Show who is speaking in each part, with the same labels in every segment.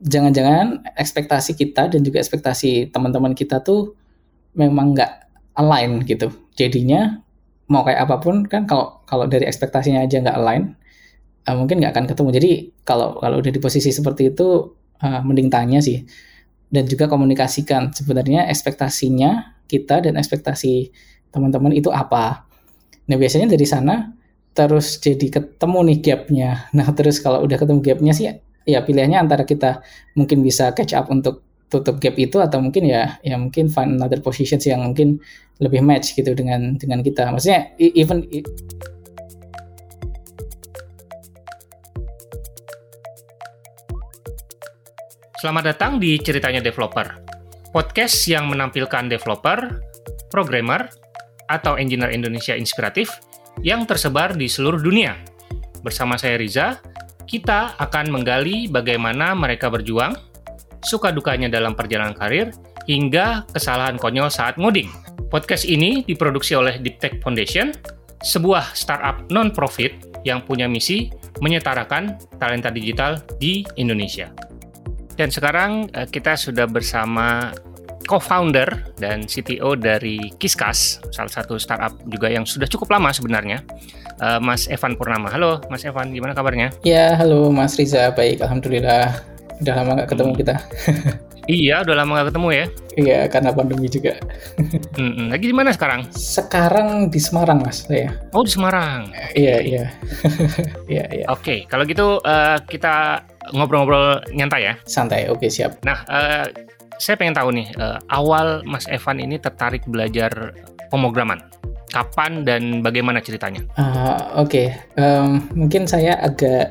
Speaker 1: jangan-jangan ekspektasi kita dan juga ekspektasi teman-teman kita tuh memang nggak align gitu. Jadinya mau kayak apapun kan kalau dari ekspektasinya aja nggak align, mungkin nggak akan ketemu. Jadi kalau udah di posisi seperti itu, mending tanya sih. Dan juga komunikasikan sebenarnya ekspektasinya kita dan ekspektasi teman-teman itu apa. Nah biasanya dari sana terus jadi ketemu nih gapnya. Nah terus kalau udah ketemu gapnya sih, ya pilihannya antara kita mungkin bisa catch up untuk tutup gap itu, atau mungkin ya mungkin find another positions yang mungkin lebih match gitu dengan kita. Maksudnya even
Speaker 2: Selamat datang di Ceritanya Developer, podcast yang menampilkan developer, programmer, atau engineer Indonesia inspiratif yang tersebar di seluruh dunia. Bersama saya Riza, kita akan menggali bagaimana mereka berjuang, suka dukanya dalam perjalanan karir, hingga kesalahan konyol saat ngoding. Podcast ini diproduksi oleh Deep Tech Foundation, sebuah startup non-profit yang punya misi menyetarakan talenta digital di Indonesia. Dan sekarang kita sudah bersama co-founder dan CTO dari Kiskas, salah satu startup juga yang sudah cukup lama sebenarnya, Mas Evan Purnama. Halo Mas Evan, gimana kabarnya?
Speaker 1: Ya, halo Mas Riza, baik, alhamdulillah. Udah lama nggak ketemu kita.
Speaker 2: Iya, udah lama nggak ketemu ya?
Speaker 1: Iya, karena pandemi juga.
Speaker 2: Lagi di mana sekarang?
Speaker 1: Sekarang di Semarang, Mas, saya.
Speaker 2: Oh, di Semarang.
Speaker 1: Iya. Iya.
Speaker 2: Oke, kalau gitu kita ngobrol-ngobrol nyantai ya?
Speaker 1: Santai, oke, siap.
Speaker 2: Nah, saya pengen tahu nih, awal Mas Evan ini tertarik belajar pemrograman. Kapan dan bagaimana ceritanya?
Speaker 1: Oke. Mungkin saya agak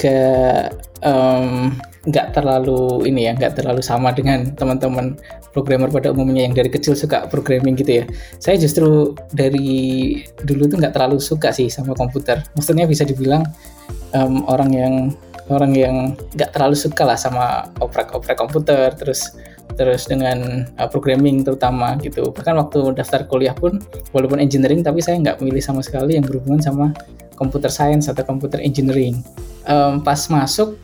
Speaker 1: nggak terlalu sama dengan teman-teman programmer pada umumnya yang dari kecil suka programming gitu ya. Saya justru dari dulu tuh nggak terlalu suka sih sama komputer. Maksudnya bisa dibilang orang yang nggak terlalu suka lah sama oprek komputer, terus dengan programming terutama gitu. Bahkan waktu daftar kuliah pun walaupun engineering, tapi saya nggak memilih sama sekali yang berhubungan sama computer science atau computer engineering. Pas masuk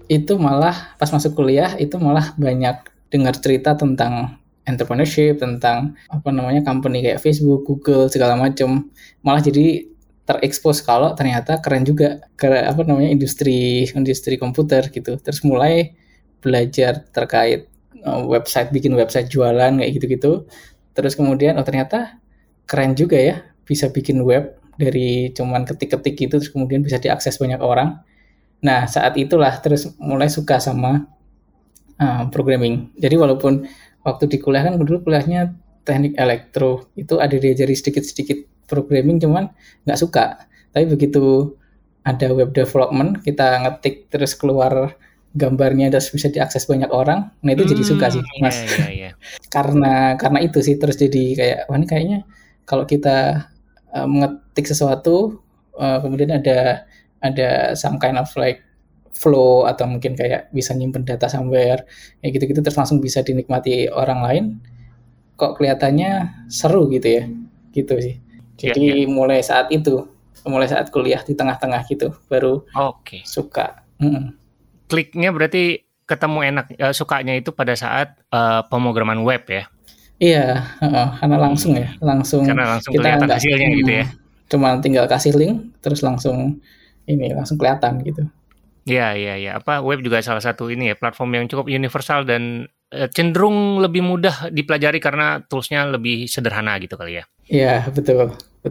Speaker 1: kuliah itu malah banyak dengar cerita tentang entrepreneurship, tentang company kayak Facebook, Google, segala macam. Malah jadi terekspos kalau ternyata keren juga industri komputer gitu. Terus mulai belajar terkait bikin website jualan kayak gitu-gitu. Terus kemudian ternyata keren juga ya, bisa bikin web dari cuman ketik-ketik gitu, terus kemudian bisa diakses banyak orang. Nah, saat itulah terus mulai suka sama programming. Jadi walaupun waktu di kuliah kan dulu kuliahnya teknik elektro, itu ada diajari sedikit-sedikit programming, cuman nggak suka. Tapi begitu ada web development, kita ngetik terus keluar gambarnya terus bisa diakses banyak orang, nah itu jadi suka sih, Mas.
Speaker 2: Iya.
Speaker 1: Karena itu sih terus jadi kayak, wah ini kayaknya kalau kita mengetik sesuatu, kemudian ada some kind of like flow, atau mungkin kayak bisa nyimpen data somewhere kayak gitu-gitu, terus langsung bisa dinikmati orang lain, kok kelihatannya seru gitu ya, gitu sih. Jadi mulai saat kuliah di tengah-tengah gitu baru suka.
Speaker 2: Kliknya berarti ketemu enak, sukanya itu pada saat pemrograman web ya?
Speaker 1: Iya, karena langsung
Speaker 2: karena langsung
Speaker 1: kita
Speaker 2: kelihatan hasilnya gitu ya?
Speaker 1: Cuma tinggal kasih link terus langsung kelihatan gitu.
Speaker 2: Iya. Web juga salah satu platform yang cukup universal dan cenderung lebih mudah dipelajari karena toolsnya lebih sederhana gitu kali ya?
Speaker 1: Iya, betul.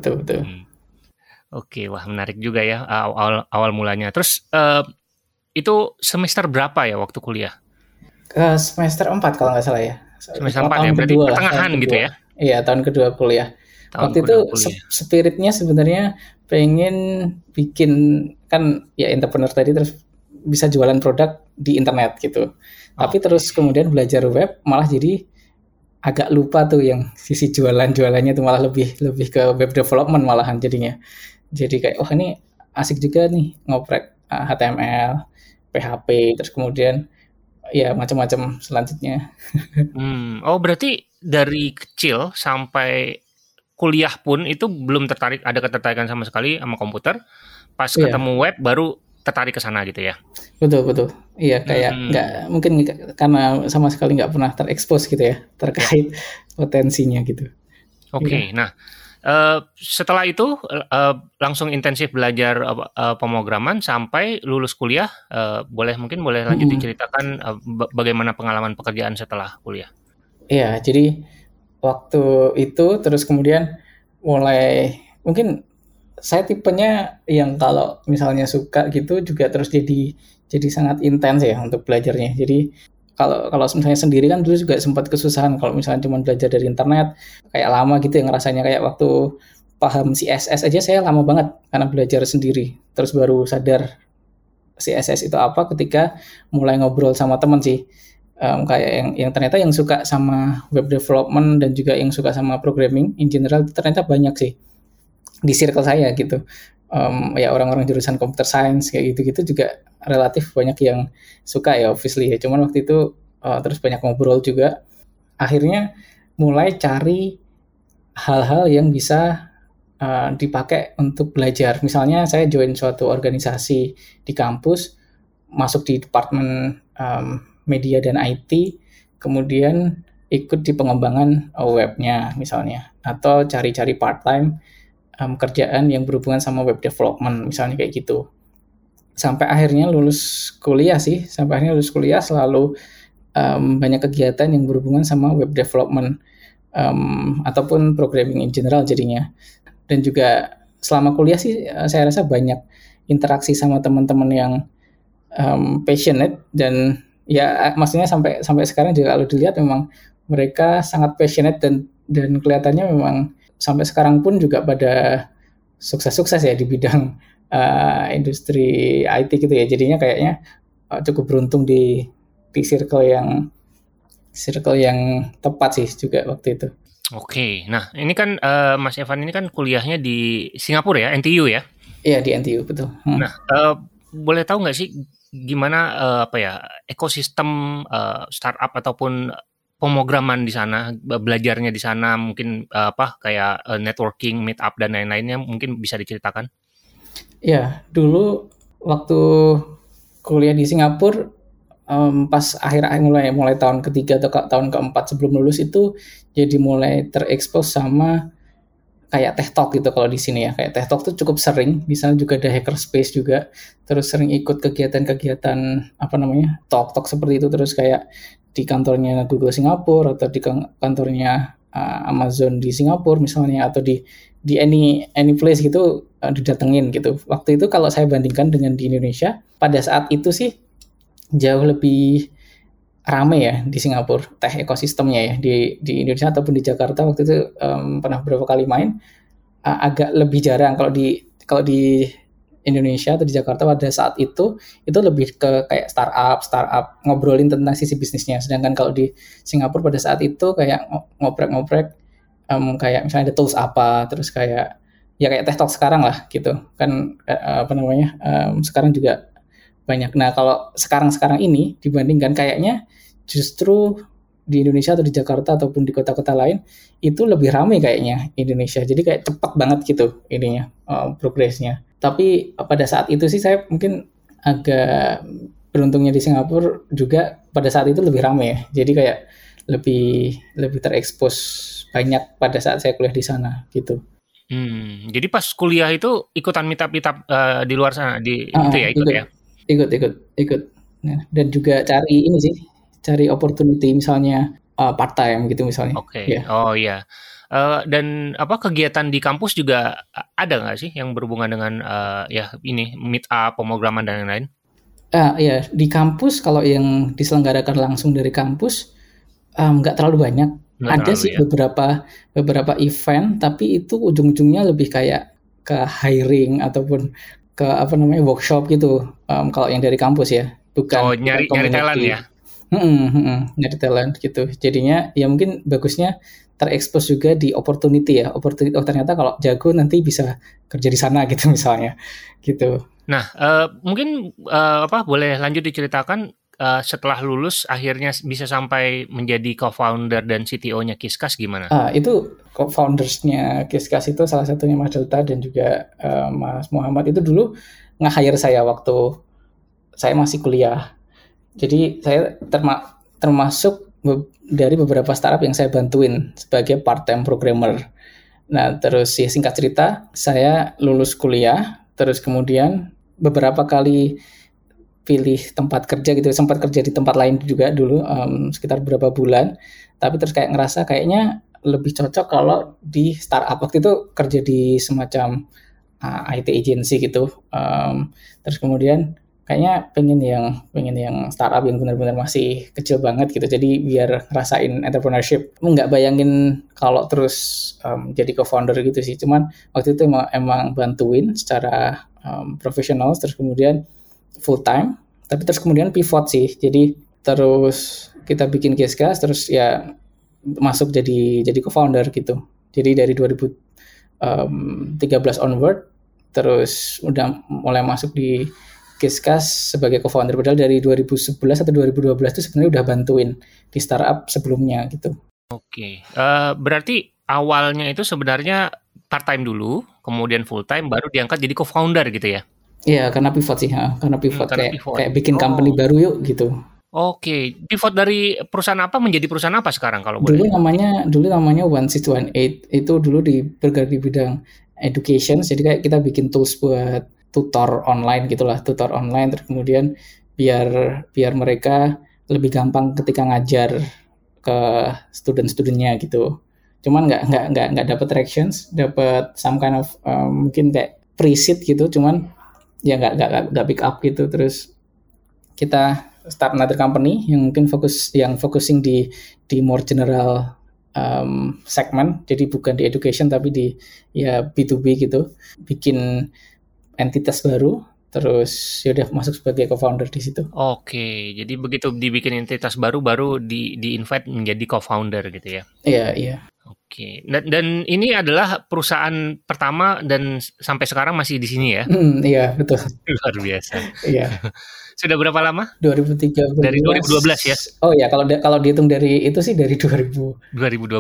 Speaker 2: Oke, wah menarik juga ya awal mulanya. Terus itu semester berapa ya waktu kuliah?
Speaker 1: Semester 4 kalau nggak salah ya.
Speaker 2: Semester 4 ya, berarti pertengahan gitu ya?
Speaker 1: Iya, tahun kedua kuliah. Waktu itu spiritnya sebenarnya pengen bikin, kan ya entrepreneur tadi, terus bisa jualan produk di internet gitu. Tapi terus kemudian belajar web malah jadi agak lupa tuh yang sisi jualannya tuh, malah lebih ke web development malahan jadinya. Jadi kayak ini asik juga nih ngoprek HTML, PHP, terus kemudian ya macam-macam selanjutnya.
Speaker 2: Berarti dari kecil sampai kuliah pun itu belum ada ketertarikan sama sekali sama komputer. Pas ketemu web baru tertarik ke sana gitu ya?
Speaker 1: Betul betul. Iya kayak nggak mungkin karena sama sekali nggak pernah terekspos gitu ya terkait potensinya gitu.
Speaker 2: Oke. Nah setelah itu langsung intensif belajar pemrograman sampai lulus kuliah. Mungkin boleh lanjut diceritakan bagaimana pengalaman pekerjaan setelah kuliah?
Speaker 1: Iya, jadi waktu itu terus kemudian mulai mungkin saya tipenya yang kalau misalnya suka gitu juga terus jadi sangat intens ya untuk belajarnya. Jadi kalau kalau misalnya sendiri kan dulu juga sempat kesusahan kalau misalnya cuma belajar dari internet kayak lama gitu yang rasanya kayak waktu paham CSS aja saya lama banget karena belajar sendiri. Terus baru sadar CSS itu apa ketika mulai ngobrol sama teman sih. Kayak yang ternyata yang suka sama web development dan juga yang suka sama programming in general ternyata banyak sih di circle saya gitu. Ya orang-orang jurusan computer science kayak gitu-gitu juga relatif banyak yang suka ya obviously ya. Cuman waktu itu terus banyak ngobrol juga. Akhirnya mulai cari hal-hal yang bisa dipakai untuk belajar. Misalnya saya join suatu organisasi di kampus, masuk di departemen media dan IT, kemudian ikut di pengembangan webnya misalnya, atau cari-cari part-time kerjaan yang berhubungan sama web development misalnya kayak gitu. Sampai akhirnya lulus kuliah selalu banyak kegiatan yang berhubungan sama web development ataupun programming in general jadinya. Dan juga selama kuliah sih saya rasa banyak interaksi sama teman-teman yang passionate dan ya maksudnya sampai sekarang juga kalau dilihat memang mereka sangat passionate dan kelihatannya memang sampai sekarang pun juga pada sukses-sukses ya di bidang industri IT gitu ya. Jadinya kayaknya cukup beruntung di circle yang tepat sih juga waktu itu.
Speaker 2: Oke, nah ini kan Mas Evan ini kan kuliahnya di Singapura ya, NTU ya?
Speaker 1: Iya di NTU betul.
Speaker 2: Nah, boleh tahu nggak sih gimana ekosistem startup ataupun pemrograman di sana, belajarnya di sana, mungkin kayak networking, meetup dan lain-lainnya mungkin bisa diceritakan?
Speaker 1: Ya, dulu waktu kuliah di Singapura pas mulai tahun ketiga atau tahun keempat sebelum lulus itu jadi mulai terekspos sama kayak Tech Talk gitu kalau di sini ya. Kayak Tech Talk tuh cukup sering, di sana juga ada Hackerspace juga. Terus sering ikut kegiatan-kegiatan talk-talk seperti itu terus kayak di kantornya Google Singapura atau di kantornya Amazon di Singapura misalnya atau di any place gitu didatengin gitu. Waktu itu kalau saya bandingkan dengan di Indonesia, pada saat itu sih jauh lebih rame ya di Singapura tech ekosistemnya ya. Di Indonesia ataupun di Jakarta waktu itu pernah beberapa kali main, agak lebih jarang. Kalau di Indonesia atau di Jakarta pada saat itu lebih ke kayak startup ngobrolin tentang sisi bisnisnya. Sedangkan kalau di Singapura pada saat itu kayak ngoprek kayak misalnya ada tools apa, terus kayak Tech Talk sekarang lah gitu kan. Sekarang juga banyak. Nah kalau sekarang ini dibandingkan kayaknya justru di Indonesia atau di Jakarta ataupun di kota-kota lain itu lebih ramai kayaknya Indonesia. Jadi kayak cepat banget gitu ininya progresnya. Tapi pada saat itu sih saya mungkin agak beruntungnya di Singapura juga pada saat itu lebih ramai ya. Jadi kayak lebih terekspos banyak pada saat saya kuliah di sana gitu.
Speaker 2: Jadi pas kuliah itu ikutan meetup di luar sana itu ya ikut ya?
Speaker 1: Ikut. Nah, dan juga cari opportunity misalnya part time gitu misalnya.
Speaker 2: Oke. Yeah. Oh iya. Dan kegiatan di kampus juga ada nggak sih yang berhubungan dengan meet up, pemrograman dan lain-lain?
Speaker 1: Ya di kampus kalau yang diselenggarakan langsung dari kampus nggak terlalu banyak. Ada sih beberapa event, tapi itu ujung-ujungnya lebih kayak ke hiring ataupun ke workshop gitu. Kalau yang dari kampus ya, bukan
Speaker 2: nyari talent ya.
Speaker 1: Nyari talent gitu. Jadinya ya mungkin bagusnya terekspos juga di opportunity ya. Ternyata kalau jago nanti bisa kerja di sana gitu misalnya. Gitu.
Speaker 2: Nah, mungkin boleh lanjut diceritakan setelah lulus akhirnya bisa sampai menjadi co-founder dan CTO-nya Qisqas gimana?
Speaker 1: Itu co-foundersnya Qisqas itu salah satunya Mas Delta dan juga Mas Muhammad itu dulu nge-hire saya waktu saya masih kuliah. Jadi saya termasuk dari beberapa startup yang saya bantuin sebagai part-time programmer. Nah, terus ya singkat cerita, saya lulus kuliah, terus kemudian beberapa kali pilih tempat kerja gitu, sempat kerja di tempat lain juga dulu, sekitar beberapa bulan, tapi terus kayak ngerasa kayaknya lebih cocok kalau di startup. Waktu itu kerja di semacam IT agency gitu, terus kemudian kayaknya pengen yang startup yang benar-benar masih kecil banget gitu, jadi biar ngerasain entrepreneurship. Nggak bayangin kalau terus jadi co-founder gitu sih, cuman waktu itu emang bantuin secara profesional, terus kemudian full time, tapi terus kemudian pivot sih, jadi terus kita bikin Giscast, terus ya masuk jadi co-founder gitu. Jadi dari 2013 onward, terus udah mulai masuk di Giscast sebagai co-founder, padahal dari 2011 atau 2012 itu sebenarnya udah bantuin di startup sebelumnya gitu.
Speaker 2: Oke, berarti awalnya itu sebenarnya part-time dulu, kemudian full-time, baru diangkat jadi co-founder gitu ya?
Speaker 1: Iya, karena pivot sih, karena pivot,
Speaker 2: Karena
Speaker 1: kayak bikin company baru yuk gitu.
Speaker 2: Oke, pivot dari perusahaan apa menjadi perusahaan apa sekarang kalau boleh?
Speaker 1: Dulu namanya 1618, itu dulu bergerak di bidang education, jadi kayak kita bikin tools buat tutor online gitulah, terus kemudian biar mereka lebih gampang ketika ngajar ke student-studentnya gitu. Cuman nggak dapat tractions, dapat some kind of mungkin kayak pre-seed gitu, cuman ya nggak pick up gitu. Terus kita start another company yang mungkin focusing di more general segment, jadi bukan di education tapi di ya B2B gitu, bikin entitas baru, terus ya udah masuk sebagai co-founder di situ.
Speaker 2: Oke, jadi begitu dibikin entitas baru di invite menjadi co-founder gitu ya?
Speaker 1: Iya.
Speaker 2: Oke, dan ini adalah perusahaan pertama dan sampai sekarang masih di sini ya?
Speaker 1: Iya, betul.
Speaker 2: Luar biasa.
Speaker 1: Iya.
Speaker 2: Sudah berapa lama?
Speaker 1: 2013.
Speaker 2: Dari 2012 ya?
Speaker 1: Oh ya, kalau dihitung dari itu sih dari 2012.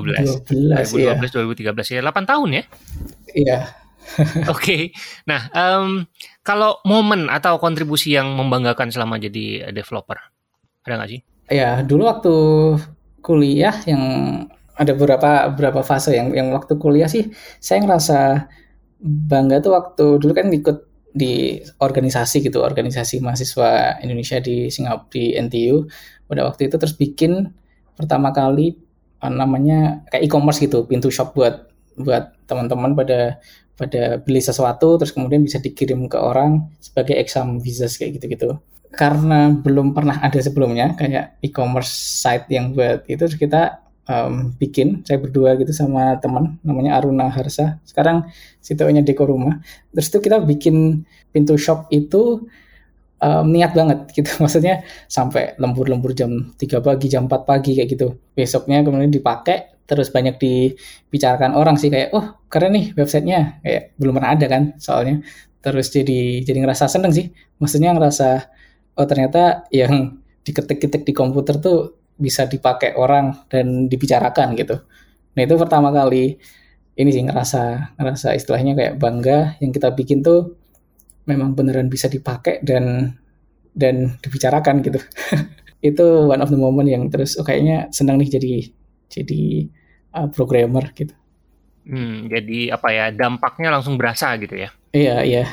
Speaker 2: 2013 ya, 8 tahun ya?
Speaker 1: Iya.
Speaker 2: Oke. Nah, kalau momen atau kontribusi yang membanggakan selama jadi developer, ada nggak sih?
Speaker 1: Ya, dulu waktu kuliah yang ada beberapa fase yang waktu kuliah sih saya ngerasa bangga tuh waktu dulu kan ikut di organisasi mahasiswa Indonesia di Singapura, di NTU. Pada waktu itu terus bikin pertama kali namanya kayak e-commerce gitu, pintu shop buat teman-teman pada beli sesuatu, terus kemudian bisa dikirim ke orang sebagai exam visas kayak gitu-gitu. Karena belum pernah ada sebelumnya kayak e-commerce site yang buat itu, terus kita bikin, saya berdua gitu sama teman namanya Aruna Harsa, sekarang CTO-nya Deko Rumah. Terus itu kita bikin pintu shop itu niat banget gitu, maksudnya sampai lembur jam 3 pagi, jam 4 pagi kayak gitu. Besoknya kemudian dipakai, terus banyak dibicarakan orang sih, kayak oh keren nih websitenya, kayak belum pernah ada kan soalnya. Terus jadi ngerasa seneng sih, maksudnya ngerasa oh ternyata yang diketik-ketik di komputer tuh bisa dipakai orang dan dibicarakan gitu. Nah itu pertama kali ini sih ngerasa istilahnya kayak bangga, yang kita bikin tuh memang beneran bisa dipakai dan dibicarakan gitu. Itu one of the moment yang terus kayaknya senang nih jadi programmer gitu.
Speaker 2: Jadi apa ya, dampaknya langsung berasa gitu ya?
Speaker 1: Iya.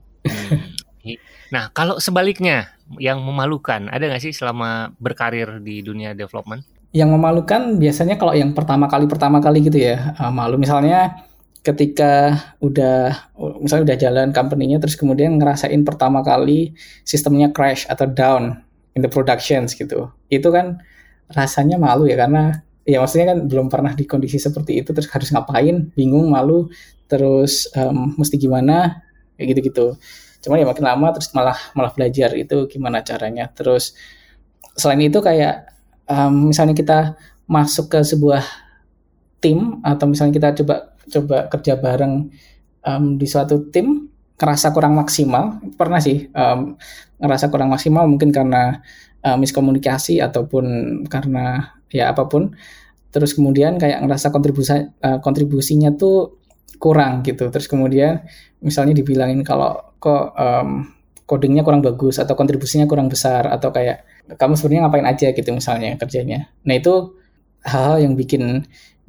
Speaker 2: Nah, kalau sebaliknya, yang memalukan, ada nggak sih selama berkarir di dunia development?
Speaker 1: Yang memalukan biasanya kalau yang pertama kali gitu ya, malu. Misalnya ketika udah jalan company-nya, terus kemudian ngerasain pertama kali sistemnya crash atau down in the productions gitu. Itu kan rasanya malu ya, karena ya maksudnya kan belum pernah di kondisi seperti itu, terus harus ngapain, bingung, malu, terus mesti gimana, kayak gitu-gitu. Cuman ya makin lama terus malah belajar itu gimana caranya. Terus selain itu kayak misalnya kita masuk ke sebuah tim, atau misalnya kita coba kerja bareng di suatu tim, ngerasa kurang maksimal. Pernah sih ngerasa kurang maksimal, mungkin karena miskomunikasi ataupun karena ya apapun. Terus kemudian kayak ngerasa kontribusinya tuh kurang gitu. Terus kemudian misalnya dibilangin kalau kok codingnya kurang bagus atau kontribusinya kurang besar atau kayak kamu sebenarnya ngapain aja gitu misalnya kerjanya. Nah itu hal-hal yang bikin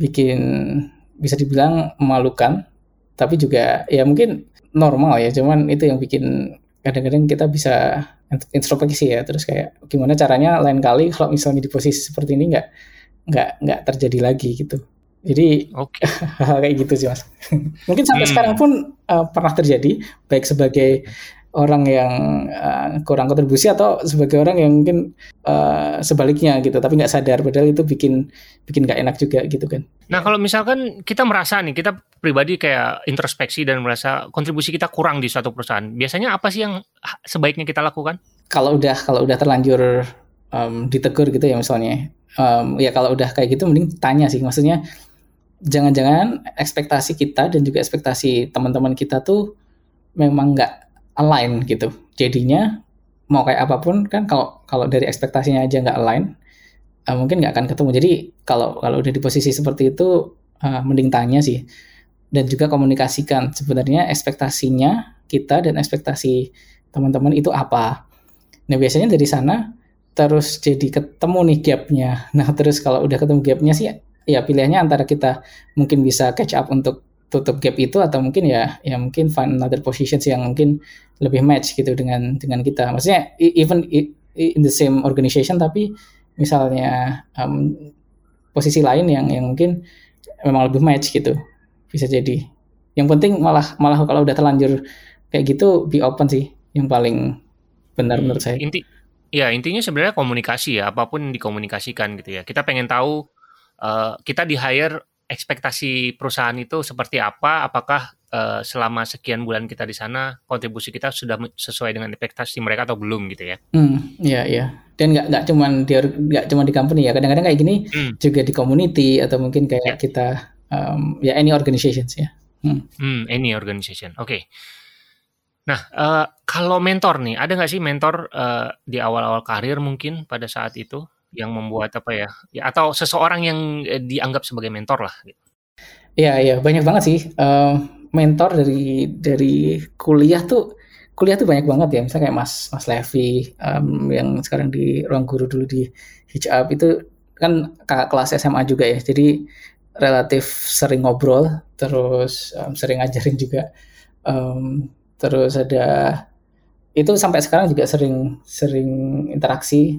Speaker 1: bisa dibilang memalukan, tapi juga ya mungkin normal ya, cuman itu yang bikin kadang-kadang kita bisa introspeksi ya, terus kayak gimana caranya lain kali kalau misalnya di posisi seperti ini nggak terjadi lagi gitu. Jadi hal kayak gitu sih Mas. Mungkin sampai sekarang pun pernah terjadi, baik sebagai orang yang kurang kontribusi atau sebagai orang yang mungkin sebaliknya gitu, tapi nggak sadar, padahal itu bikin nggak enak juga gitu kan.
Speaker 2: Nah kalau misalkan kita merasa nih, kita pribadi kayak introspeksi dan merasa kontribusi kita kurang di suatu perusahaan, biasanya apa sih yang sebaiknya kita lakukan?
Speaker 1: Kalau udah terlanjur ditegur gitu ya misalnya, ya kalau udah kayak gitu mending tanya sih, maksudnya jangan-jangan ekspektasi kita dan juga ekspektasi teman-teman kita tuh memang nggak align gitu. Jadinya mau kayak apapun kan kalau dari ekspektasinya aja nggak align, mungkin nggak akan ketemu. Jadi kalau udah di posisi seperti itu, mending tanya sih. Dan juga komunikasikan sebenarnya ekspektasinya kita dan ekspektasi teman-teman itu apa. Nah biasanya dari sana terus jadi ketemu nih gap-nya. Nah terus kalau udah ketemu gap-nya sih, ya pilihannya antara kita mungkin bisa catch up untuk tutup gap itu, atau mungkin ya mungkin find another positions yang mungkin lebih match gitu dengan kita. Maksudnya even in the same organization, tapi misalnya posisi lain yang mungkin memang lebih match gitu, bisa jadi. Yang penting malah kalau udah terlanjur kayak gitu, be open sih yang paling benar menurut saya.
Speaker 2: Intinya sebenarnya komunikasi ya, apapun dikomunikasikan gitu ya. Kita pengen tahu kita di hire, ekspektasi perusahaan itu seperti apa, apakah selama sekian bulan kita di sana kontribusi kita sudah sesuai dengan ekspektasi mereka atau belum gitu ya.
Speaker 1: Iya. Dan nggak cuma di company ya, kadang-kadang kayak gini juga di community atau mungkin kayak kita any organizations ya.
Speaker 2: Any organization. Oke. Nah, kalau mentor nih, ada nggak sih mentor di awal-awal karir mungkin pada saat itu yang membuat apa ya atau seseorang yang dianggap sebagai mentor lah gitu?
Speaker 1: Iya, banyak banget sih mentor dari kuliah tuh banyak banget ya. Misalnya kayak Mas Levi yang sekarang di ruang guru, dulu di Hijab, itu kan kakak kelas SMA juga ya. Jadi relatif sering ngobrol, terus sering ngajarin juga. Terus ada itu sampai sekarang juga sering interaksi.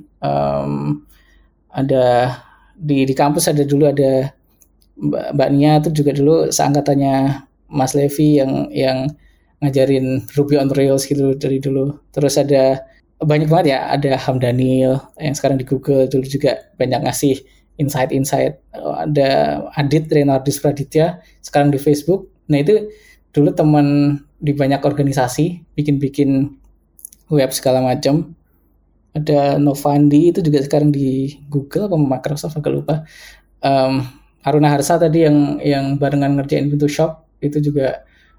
Speaker 1: Ada di kampus dulu ada Mbak Nia tuh juga dulu seangkatannya Mas Levi yang ngajarin Ruby on Rails gitu dari dulu. Terus ada banyak banget ya, ada Hamdanil yang sekarang di Google, dulu juga banyak ngasih insight. Ada Adit Renardis Praditya sekarang di Facebook. Nah itu dulu teman di banyak organisasi, bikin web segala macam. Ada Novandi itu juga sekarang di Google apa Microsoft, agak lupa. Haruna Harsa tadi yang barengan ngerjain Pintu Shop itu juga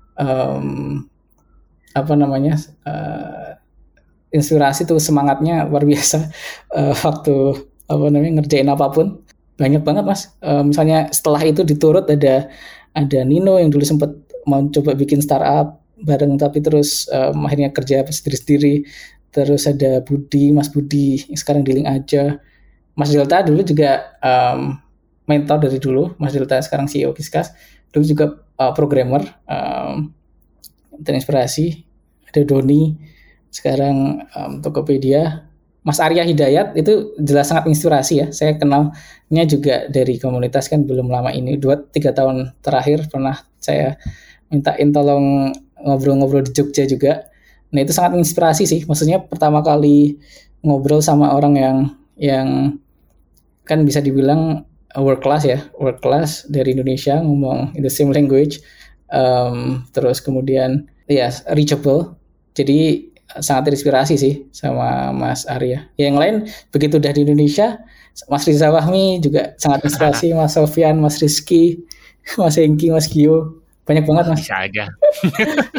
Speaker 1: inspirasi tuh, semangatnya luar biasa waktu ngerjain apapun. Banyak banget Mas. Misalnya setelah itu diturut ada Nino yang dulu sempat mau coba bikin startup bareng, tapi terus akhirnya kerja sendiri. Terus ada Mas Budi yang sekarang di Link aja. Mas Delta dulu juga mentor dari dulu. Mas Delta sekarang CEO Kiskas. Dulu juga programmer, terinspirasi. Ada Doni sekarang Tokopedia. Mas Arya Hidayat itu jelas sangat inspirasi ya. Saya kenalnya juga dari komunitas kan belum lama ini, 2-3 tahun terakhir pernah saya mintain tolong ngobrol-ngobrol di Jogja juga. Nah itu sangat inspirasi sih. Maksudnya pertama kali ngobrol sama orang yang kan bisa dibilang world class dari Indonesia, ngomong in the same language, terus kemudian reachable. Jadi sangat terinspirasi sih sama Mas Arya. Yang lain begitu udah di Indonesia, Mas Riza Wahmi juga sangat inspirasi, Mas Sofyan, Mas Rizky, Mas Hengki, Mas Gio, banyak banget Mas.
Speaker 2: Bisa aja.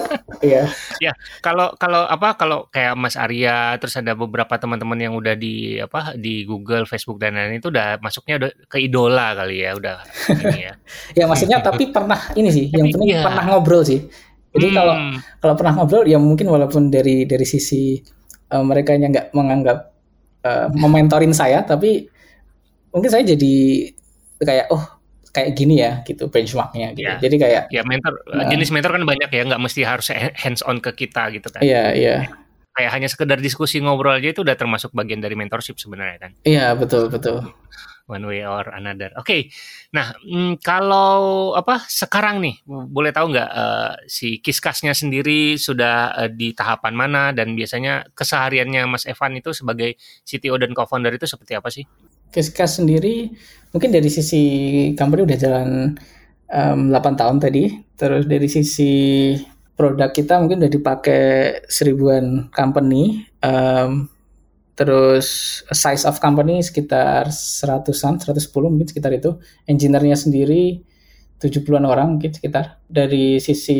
Speaker 1: Iya.
Speaker 2: Ya, kalau kalau kayak Mas Arya, terus ada beberapa teman-teman yang udah di Google, Facebook dan lain-lain itu udah masuknya udah ke idola kali ya, udah ini ya.
Speaker 1: Ya maksudnya tapi pernah ini sih, yang
Speaker 2: Tapi
Speaker 1: penting
Speaker 2: iya.
Speaker 1: pernah ngobrol sih. Jadi kalau pernah ngobrol ya mungkin walaupun dari sisi mereka yang nggak menganggap mementorin saya, tapi mungkin saya jadi kayak kayak gini ya gitu benchmarknya gitu.
Speaker 2: Ya.
Speaker 1: Jadi kayak
Speaker 2: jenis mentor kan banyak ya, nggak mesti harus hands on ke kita gitu kan.
Speaker 1: Iya.
Speaker 2: Kayak hanya sekedar diskusi ngobrol aja itu udah termasuk bagian dari mentorship sebenarnya kan.
Speaker 1: Iya, betul.
Speaker 2: One way or another. Oke. Nah, kalau sekarang nih, boleh tahu nggak si Kiskasnya sendiri sudah di tahapan mana, dan biasanya kesehariannya Mas Evan itu sebagai CTO dan co-founder itu seperti apa sih?
Speaker 1: Kiskas sendiri mungkin dari sisi company udah jalan 8 tahun tadi. Terus dari sisi produk kita mungkin udah dipakai 1000-an company. Terus size of company sekitar 100-an, 110 mungkin sekitar itu. Engineer-nya sendiri 70-an orang mungkin sekitar. Dari sisi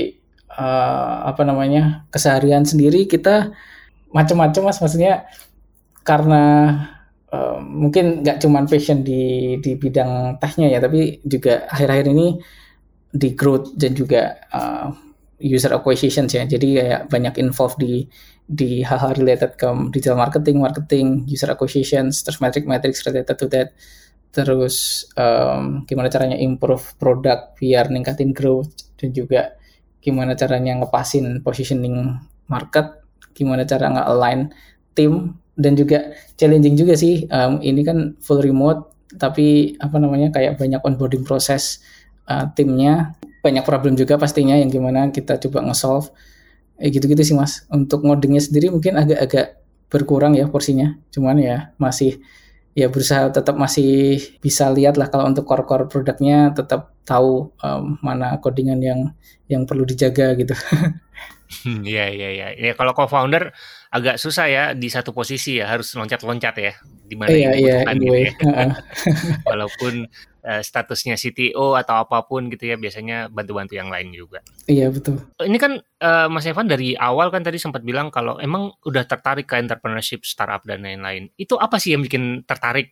Speaker 1: keseharian sendiri kita macam-macam Mas, maksudnya karena mungkin nggak cuma passion di bidang tehnya ya, tapi juga akhir-akhir ini di growth dan juga user acquisition ya. Jadi kayak banyak involved di hal-hal related ke digital marketing, user acquisition, terus metrics related to that. Terus gimana caranya improve produk biar ningkatin growth, dan juga gimana caranya ngepasin positioning market, gimana cara nge-align tim, dan juga challenging juga sih. Ini kan full remote, tapi kayak banyak onboarding proses timnya, banyak problem juga pastinya yang gimana kita coba nge-solve. Gitu-gitu sih Mas. Untuk ngodingnya sendiri mungkin agak-agak berkurang ya porsinya. Cuman ya masih ya berusaha tetap masih bisa lihat lah, kalau untuk core produknya tetap tahu mana codingan yang perlu dijaga gitu.
Speaker 2: Iya. Ya, kalau co-founder agak susah ya di satu posisi ya, harus loncat-loncat ya di mana yang dibutuhkan gitu ya. Walaupun statusnya CTO atau apapun gitu ya, biasanya bantu-bantu yang lain juga.
Speaker 1: Iya, betul.
Speaker 2: Ini kan Mas Evan dari awal kan tadi sempat bilang kalau emang udah tertarik ke entrepreneurship, startup dan lain-lain. Itu apa sih yang bikin tertarik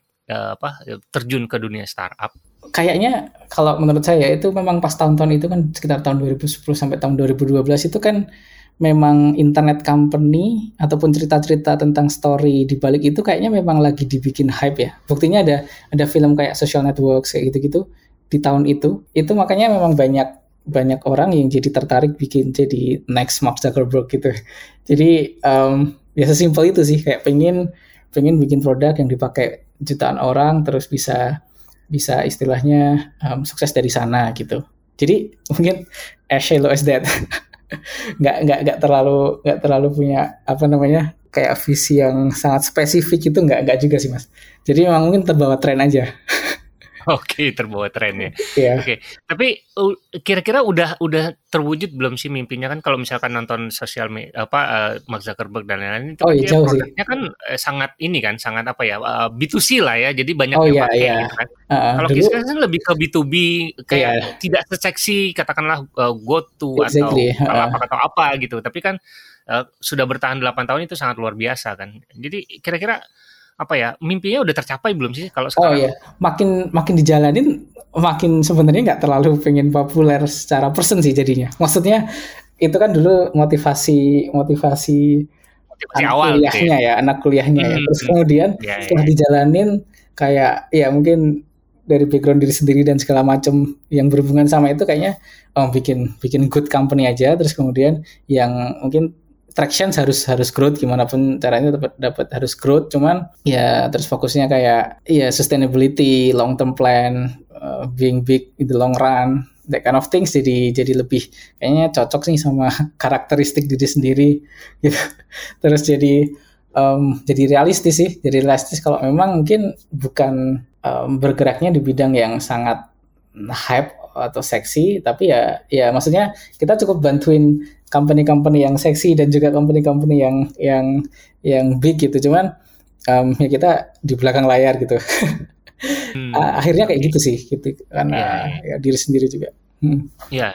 Speaker 2: terjun ke dunia startup?
Speaker 1: Kayaknya kalau menurut saya itu memang pas tahun-tahun itu kan sekitar tahun 2010 sampai tahun 2012 itu kan memang internet company ataupun cerita-cerita tentang story di balik itu kayaknya memang lagi dibikin hype ya. Buktinya ada film kayak Social Networks kayak gitu-gitu di tahun itu. Itu makanya memang banyak orang yang jadi tertarik bikin jadi next Mark Zuckerberg gitu. Jadi ya sesimpel itu sih, kayak pengen bikin produk yang dipakai jutaan orang, terus bisa istilahnya sukses dari sana gitu. Jadi mungkin as shallow as that. nggak terlalu punya kayak visi yang sangat spesifik, itu nggak juga sih Mas. Jadi memang mungkin terbawa tren aja.
Speaker 2: Oke, terbawa tren ya.
Speaker 1: Yeah.
Speaker 2: Oke. Tapi kira-kira udah terwujud belum sih mimpinya? Kan kalau misalkan nonton sosial media Mark Zuckerberg dan lain-lain itu
Speaker 1: jauh
Speaker 2: produknya
Speaker 1: sih.
Speaker 2: kan sangat B2C lah ya. Jadi banyak yang pakai gitu kan. Kalau Kiskas kan lebih ke B2B, kayak tidak seseksi katakanlah GoTo
Speaker 1: exactly.
Speaker 2: atau apa gitu. Tapi kan sudah bertahan 8 tahun itu sangat luar biasa kan. Jadi kira-kira mimpinya udah tercapai belum sih kalau sekarang?
Speaker 1: Oh iya, makin dijalanin makin sebenarnya nggak terlalu pengen populer secara person sih jadinya. Maksudnya itu kan dulu motivasi anak
Speaker 2: awal
Speaker 1: kuliahnya
Speaker 2: gitu ya.
Speaker 1: Anak kuliahnya ya. Terus kemudian setelah dijalanin kayak ya mungkin dari background diri sendiri dan segala macam yang berhubungan sama itu kayaknya bikin good company aja. Terus kemudian yang mungkin traction harus growth, gimana pun caranya dapat harus growth, cuman ya terus fokusnya kayak ya sustainability, long term plan, being big in the long run, that kind of things, jadi lebih kayaknya cocok sih sama karakteristik diri sendiri gitu. Terus jadi realistis kalau memang mungkin bukan bergeraknya di bidang yang sangat hype atau seksi, tapi ya maksudnya kita cukup bantuin company-company yang seksi dan juga company-company yang big gitu. Cuman ya kita di belakang layar gitu. Akhirnya kayak gitu sih, gitu karena ya diri sendiri juga.
Speaker 2: Ya,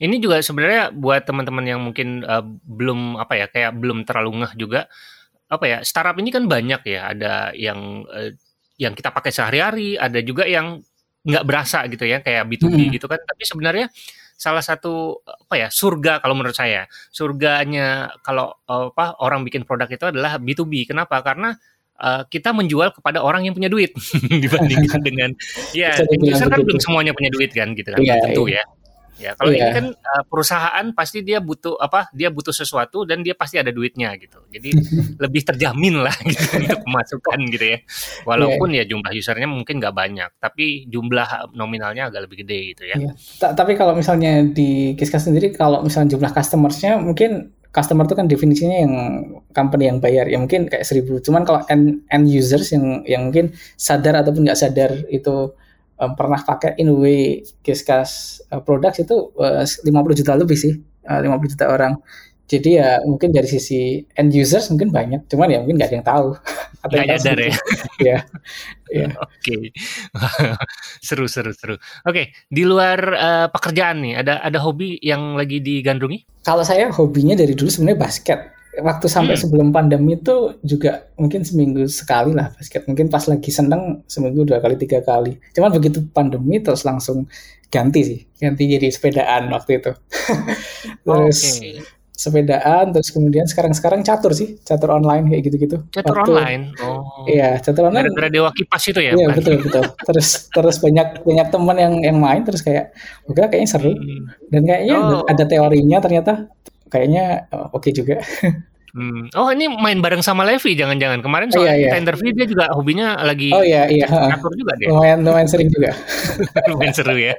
Speaker 2: Ini juga sebenarnya buat teman-teman yang mungkin belum kayak belum terlalu ngeh juga, startup ini kan banyak ya, ada yang kita pakai sehari-hari, ada juga yang nggak berasa gitu ya, kayak B2B gitu kan. Tapi sebenarnya salah satu surga kalau menurut saya, surganya kalau orang bikin produk itu adalah B2B. Kenapa? Karena kita menjual kepada orang yang punya duit dibandingkan dengan end user kan belum semuanya punya duit kan gitu kan, belum tentu ya. Ya, kalau ini kan perusahaan pasti dia butuh sesuatu dan dia pasti ada duitnya gitu. Jadi lebih terjamin lah gitu untuk pemasukan gitu ya. Walaupun ya jumlah usernya mungkin nggak banyak, tapi jumlah nominalnya agak lebih gede gitu ya.
Speaker 1: Tapi kalau misalnya di Kiskas sendiri, kalau misalnya jumlah customer-nya, mungkin customer itu kan definisinya yang company yang bayar, ya mungkin kayak 1.000. Cuman kalau end users yang mungkin sadar ataupun nggak sadar itu pernah pakai in a way Kiskas products itu 50 juta lebih sih, 50 juta orang. Jadi ya mungkin dari sisi end users mungkin banyak, cuman ya mungkin nggak ada yang tahu.
Speaker 2: Nggak nyadar ya.
Speaker 1: Ya.
Speaker 2: Oke. Seru. Oke, di luar pekerjaan nih, ada hobi yang lagi digandrungi?
Speaker 1: Kalau saya hobinya dari dulu sebenarnya basket. Waktu sampai sebelum pandemi itu juga mungkin seminggu sekali lah basket. Mungkin pas lagi seneng seminggu 2 kali 3 kali. Cuman begitu pandemi terus langsung ganti jadi sepedaan waktu itu. Terus sepedaan, terus kemudian sekarang catur online kayak gitu-gitu.
Speaker 2: Catur online? Oh.
Speaker 1: Iya, catur online.
Speaker 2: Gara-gara Dewa Kipas itu ya?
Speaker 1: Iya, betul. Terus banyak teman yang main, terus kayak oke, kayaknya seru. Dan kayaknya ada teorinya ternyata. Kayaknya oke juga.
Speaker 2: Oh, ini main bareng sama Levi jangan-jangan. Kemarin soalnya kita interview dia juga hobinya lagi catur juga dia.
Speaker 1: Lumayan sering juga.
Speaker 2: Lumayan seru ya.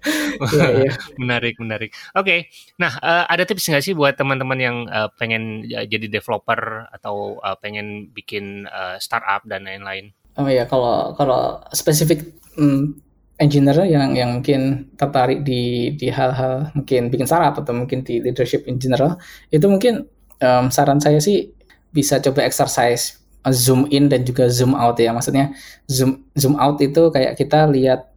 Speaker 2: Menarik. Oke. Nah, ada tips nggak sih buat teman-teman yang pengen jadi developer atau pengen bikin startup dan lain-lain?
Speaker 1: Oh iya, kalau spesifik engineer yang mungkin tertarik di hal-hal mungkin bikin startup atau mungkin di leadership in general, itu mungkin saran saya sih bisa coba exercise zoom in dan juga zoom out ya. Maksudnya zoom out itu kayak kita lihat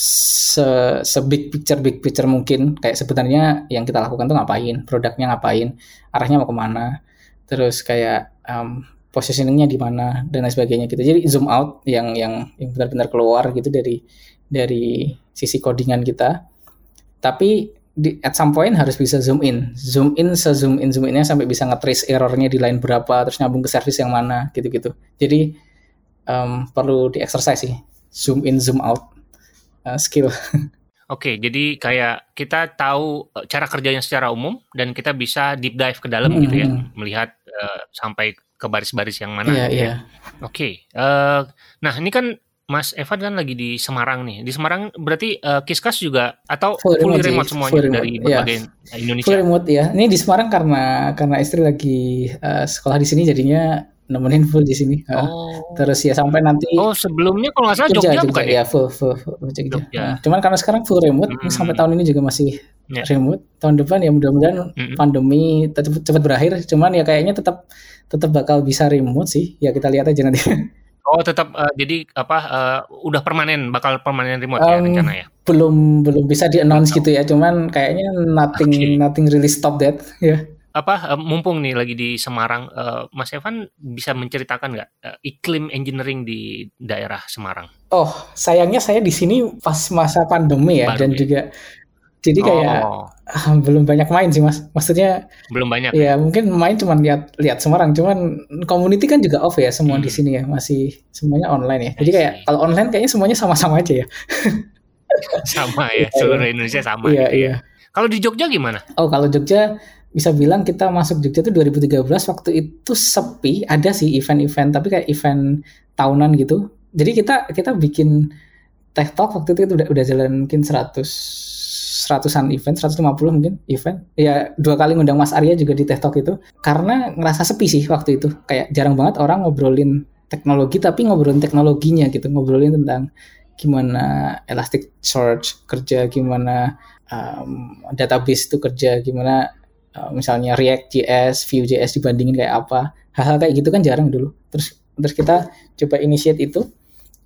Speaker 1: big picture mungkin, kayak sebenarnya yang kita lakukan tuh ngapain, produknya ngapain, arahnya mau kemana, terus kayak positioningnya di mana dan lain sebagainya gitu. Jadi zoom out yang benar-benar keluar gitu dari sisi codingan kita, tapi at some point harus bisa zoom in zoom-innya sampai bisa nge-trace errornya di line berapa, terus nyambung ke service yang mana gitu. Jadi perlu di-exercise sih, zoom in zoom out skill.
Speaker 2: Oke, jadi kayak kita tahu cara kerjanya secara umum dan kita bisa deep dive ke dalam gitu ya, melihat sampai ke baris-baris yang mana.
Speaker 1: Iya.
Speaker 2: Oke. Nah, ini kan Mas Evan kan lagi di Semarang nih. Di Semarang berarti Kiskas juga atau fully remote semuanya dari berbagai Indonesia?
Speaker 1: Full remote ya. Ini di Semarang karena istri lagi sekolah di sini, jadinya nemenin full di sini. Terus ya sampai nanti.
Speaker 2: Oh, sebelumnya kalau nggak salah Jogja bukan ya?
Speaker 1: Full Jogja. Cuman karena sekarang full remote, sampai tahun ini juga masih remote. Tahun depan ya mudah-mudahan pandemi cepat berakhir. Cuman ya kayaknya tetap bakal bisa remote sih. Ya kita lihat aja nanti.
Speaker 2: Oh, tetap jadi udah bakal permanen remote ya rencana ya?
Speaker 1: Belum bisa di-announce gitu ya, cuman kayaknya nothing really stop that ya.
Speaker 2: Mumpung nih lagi di Semarang, Mas Evan bisa menceritakan nggak iklim engineering di daerah Semarang?
Speaker 1: Oh, sayangnya saya di sini pas masa pandemi ya, dan juga jadi kayak belum banyak main sih Mas. Maksudnya
Speaker 2: belum banyak.
Speaker 1: Ya mungkin main cuma lihat Semarang, cuman community kan juga off ya semua di sini ya, masih semuanya online ya. Jadi kayak kalau online kayaknya semuanya sama-sama aja ya.
Speaker 2: Sama ya, seluruh Indonesia sama.
Speaker 1: Iya.
Speaker 2: Kalau di Jogja gimana?
Speaker 1: Oh, kalau Jogja bisa bilang kita masuk Jogja tuh 2013, waktu itu sepi, ada sih event-event tapi kayak event tahunan gitu. Jadi kita bikin Tech Talk waktu itu udah jalan mungkin 100-an event, 150 mungkin event. Ya 2 kali ngundang Mas Arya juga di Tech Talk itu. Karena ngerasa sepi sih waktu itu. Kayak jarang banget orang ngobrolin teknologi, tapi ngobrolin teknologinya gitu. Ngobrolin tentang gimana Elasticsearch kerja, gimana database itu kerja, gimana misalnya React.js, Vue.js dibandingin kayak apa. Hal-hal kayak gitu kan jarang dulu. Terus kita coba initiate itu.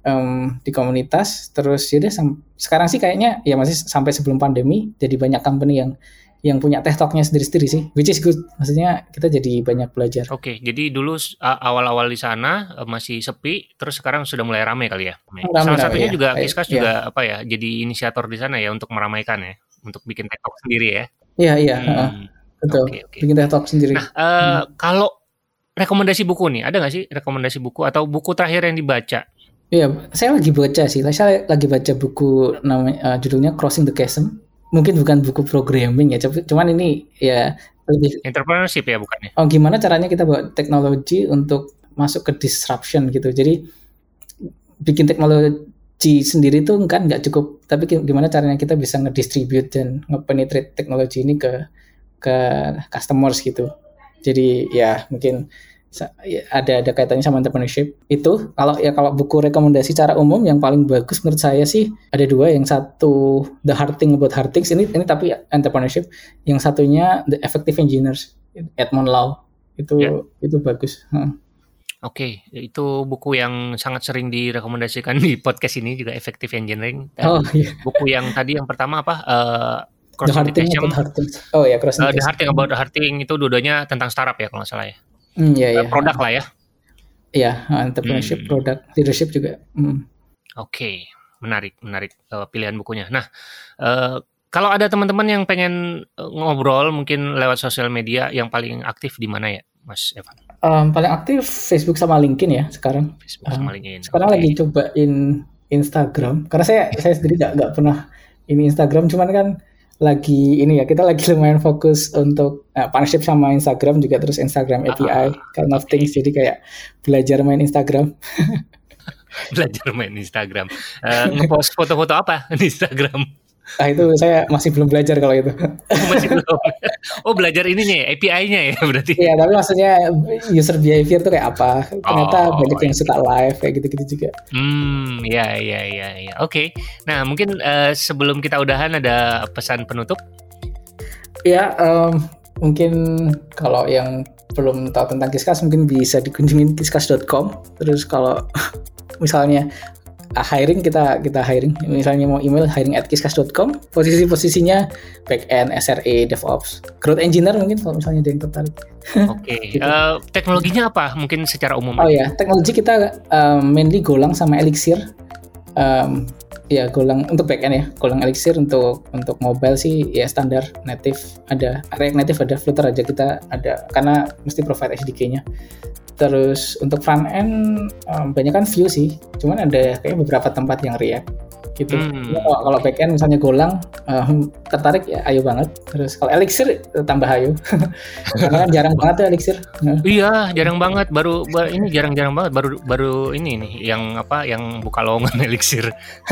Speaker 1: di komunitas. Terus yaudah sekarang sih kayaknya ya masih sampai sebelum pandemi jadi banyak company yang punya tech talk-nya sendiri-sendiri sih, which is good. Maksudnya kita jadi banyak belajar.
Speaker 2: Oke, jadi dulu awal-awal di sana masih sepi, terus sekarang sudah mulai ramai kali ya. Salah satunya
Speaker 1: ya.
Speaker 2: juga Kiskas juga apa ya, jadi inisiator di sana ya untuk meramaikan ya, untuk bikin tech talk sendiri ya.
Speaker 1: Iya, betul.
Speaker 2: Okay.
Speaker 1: Bikin tech talk sendiri.
Speaker 2: Nah, kalau rekomendasi buku nih, ada nggak sih rekomendasi buku atau buku terakhir yang dibaca?
Speaker 1: Iya, saya lagi baca sih. Saya lagi baca buku namanya judulnya Crossing the Chasm. Mungkin bukan buku programming ya, cuman ini ya lebih
Speaker 2: entrepreneurship ya bukannya.
Speaker 1: Oh, gimana caranya kita bawa teknologi untuk masuk ke disruption gitu. Jadi bikin teknologi sendiri tuh kan nggak cukup, tapi gimana caranya kita bisa ngedistribute dan ngepenetrate teknologi ini ke customers gitu. Jadi ya mungkin ada kaitannya sama entrepreneurship. Itu kalau buku rekomendasi secara umum yang paling bagus menurut saya sih ada dua. Yang satu The Hard Thing About Hard Things, ini tapi entrepreneurship. Yang satunya The Effective Engineers, Edmond Lau. Itu bagus.
Speaker 2: Oke, itu buku yang sangat sering direkomendasikan di podcast ini juga, Effective Engineering. Buku yang tadi yang pertama apa?
Speaker 1: Crossing the Chasm. Oh ya, Crossing
Speaker 2: the Hard Thing About Hard Thing itu dua-duanya tentang startup ya kalau nggak salah ya. Produk lah ya.
Speaker 1: Iya, entrepreneurship, product, leadership juga.
Speaker 2: Oke, menarik pilihan bukunya. Nah, kalau ada teman-teman yang pengen ngobrol mungkin lewat sosial media, yang paling aktif di mana ya, Mas Evan?
Speaker 1: Paling aktif Facebook sama LinkedIn ya sekarang.
Speaker 2: Facebook sama LinkedIn.
Speaker 1: Sekarang lagi cobain Instagram, karena saya sendiri nggak pernah ini Instagram, cuman kan kita lagi lumayan fokus untuk partnership sama Instagram juga, terus Instagram API kind of things, jadi kayak belajar main Instagram.
Speaker 2: Belajar main Instagram. Ngepost foto-foto apa di Instagram?
Speaker 1: Itu saya masih belum belajar kalau itu.
Speaker 2: Masih belum. Oh, belajar ininya ya, API-nya ya berarti.
Speaker 1: Iya, tapi maksudnya user behavior tuh kayak apa? Ternyata banyak yang suka live kayak gitu-gitu juga.
Speaker 2: Ya. Oke. Nah, mungkin sebelum kita udahan ada pesan penutup?
Speaker 1: Ya, mungkin kalau yang belum tahu tentang Kiskas mungkin bisa dikunjungin kiskas.com. Terus kalau misalnya hiring, kita hiring, misalnya mau email hiring@kiskas.com. Posisinya back-end, SRE, DevOps, growth engineer mungkin kalau misalnya ada yang tertarik.
Speaker 2: Oke. Gitu. Teknologinya apa mungkin secara umum?
Speaker 1: Oh ya, teknologi kita mainly Golang sama Elixir. Golang untuk back-end ya, Golang Elixir. Untuk mobile sih ya standar native, ada React Native, ada Flutter aja kita ada, karena mesti provide SDK-nya. Terus untuk front end banyak kan Vue sih, cuman ada kayak beberapa tempat yang React gitu. Kalau back end misalnya Golang tertarik ya ayo banget. Terus kalau Elixir tambah ayo. Karena kan jarang banget ya Elixir.
Speaker 2: Iya, jarang banget. Baru ini jarang banget. Baru ini nih yang buka lowongan Elixir.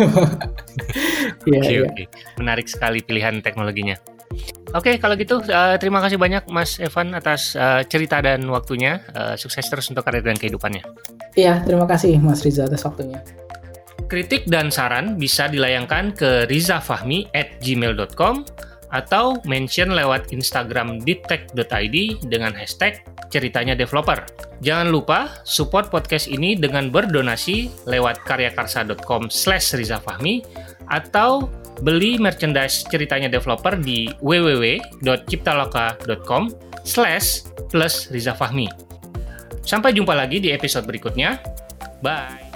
Speaker 2: Oke. Menarik sekali pilihan teknologinya. Oke, kalau gitu terima kasih banyak Mas Evan atas cerita dan waktunya. Sukses terus untuk karir dan kehidupannya.
Speaker 1: Iya, terima kasih Mas Riza atas waktunya.
Speaker 2: Kritik dan saran bisa dilayangkan ke rizafahmi@gmail.com atau mention lewat Instagram deeptech.id dengan hashtag ceritanya developer. Jangan lupa support podcast ini dengan berdonasi lewat karyakarsa.com/rizafahmi atau beli merchandise ceritanya developer di www.ciptaloka.com/+rizafahmi. Sampai jumpa lagi di episode berikutnya. Bye.